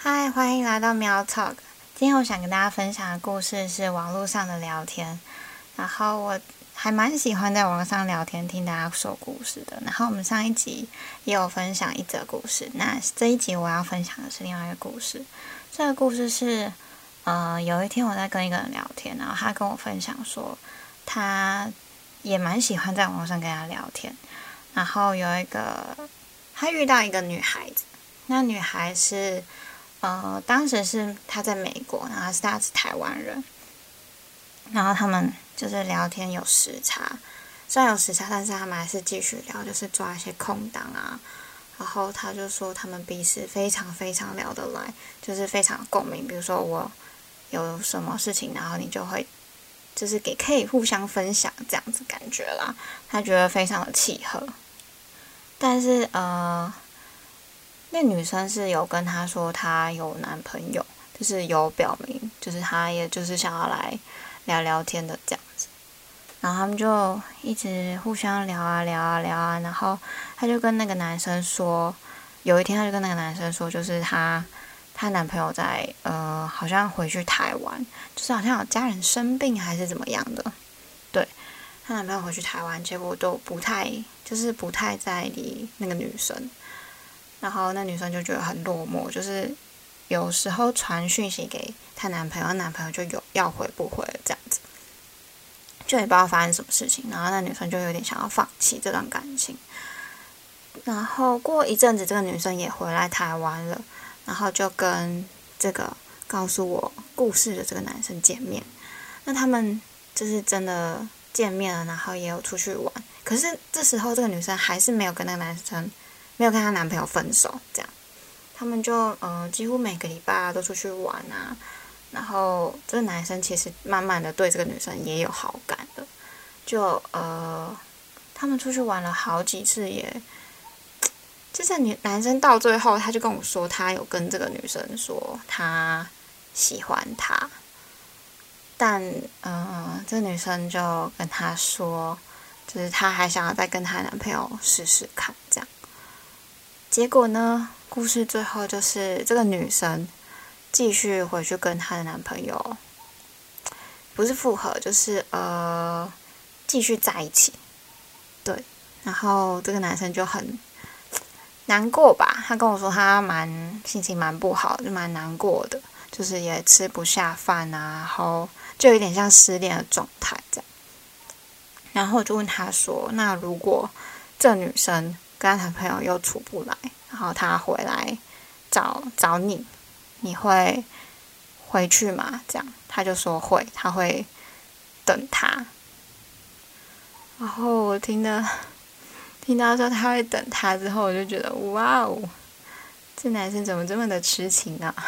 嗨，欢迎来到喵 Talk。今天我想跟大家分享的故事是网络上的聊天。然后我还蛮喜欢在网上聊天，听大家说故事的。然后我们上一集也有分享一则故事，那这一集我要分享的是另外一个故事。这个故事是，有一天我在跟一个人聊天，然后他跟我分享说，他也蛮喜欢在网络上跟他聊天。然后他遇到一个女孩子，那女孩是。当时是他在美国，然后他是台湾人，然后他们就是聊天有时差，虽然有时差，但是他们还是继续聊，就是抓一些空档啊。然后他就说他们彼此非常非常聊得来，就是非常共鸣。比如说我有什么事情，然后你就会就是可以互相分享这样子感觉啦，他觉得非常的契合。但是那女生是有跟他说她有男朋友，就是有表明，就是她也就是想要来聊聊天的这样子。然后他们就一直互相聊啊聊啊聊啊，然后他就跟那个男生说，有一天他就跟那个男生说，就是她男朋友在好像回去台湾，就是好像有家人生病还是怎么样的，对，她男朋友回去台湾，结果都不太在理那个女生。然后那女生就觉得很落寞，就是有时候传讯息给她男朋友，男朋友就有要回不回这样子，就也不知道发生什么事情。然后那女生就有点想要放弃这段感情。然后过一阵子，这个女生也回来台湾了，然后就跟这个告诉我故事的这个男生见面。那他们就是真的见面了，然后也有出去玩。可是这时候这个女生还是没有跟那个男生。没有跟她男朋友分手，这样，他们就几乎每个礼拜都出去玩啊。然后这个男生其实慢慢的对这个女生也有好感的，就他们出去玩了好几次也，就是男生到最后他就跟我说，他有跟这个女生说他喜欢她，但这女生就跟他说，就是她还想要再跟她男朋友试试看这样。结果呢，故事最后就是这个女生继续回去跟她的男朋友，不是复合，就是继续在一起。对，然后这个男生就很难过吧，他跟我说他心情蛮不好，就蛮难过的，就是也吃不下饭啊，然后就有点像失恋的状态这样。然后我就问他说，那如果这女生跟她男朋友又处不来，然后他回来找你，你会回去吗？这样，他就说会，他会等他。然后我听到说他会等他之后，我就觉得哇哦，这男生怎么这么的痴情啊？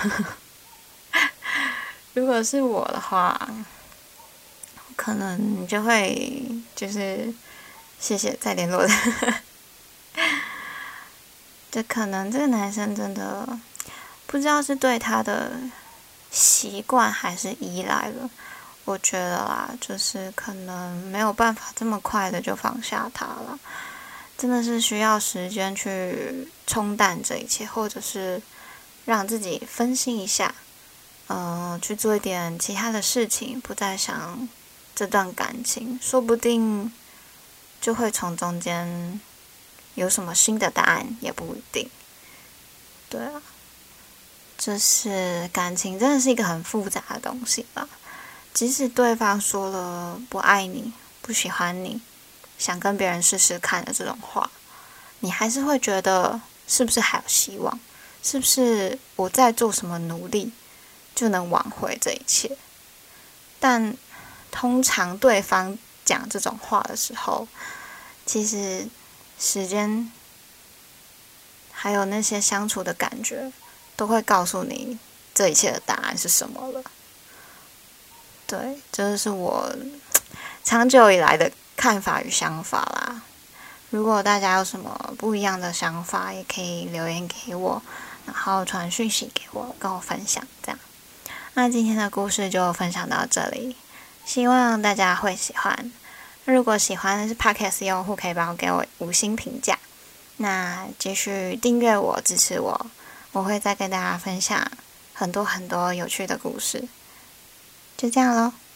如果是我的话，可能就会就是谢谢再联络的。就可能这个男生真的不知道是对他的习惯还是依赖了。我觉得啦，就是可能没有办法这么快的就放下他了，真的是需要时间去冲淡这一切，或者是让自己分心一下，去做一点其他的事情，不再想这段感情，说不定就会从中间有什么新的答案也不一定。对啊，就是感情真的是一个很复杂的东西吧。即使对方说了不爱你、不喜欢你、想跟别人试试看的这种话，你还是会觉得是不是还有希望？是不是我在做什么努力就能挽回这一切？但通常对方讲这种话的时候，其实时间还有那些相处的感觉都会告诉你这一切的答案是什么了。对，这是我长久以来的看法与想法啦。如果大家有什么不一样的想法，也可以留言给我，然后传讯息给我，跟我分享这样。那今天的故事就分享到这里，希望大家会喜欢。如果喜欢的是 Podcast 用户，可以帮我给我5星评价。那继续订阅我，支持我，我会再跟大家分享很多很多有趣的故事。就这样咯。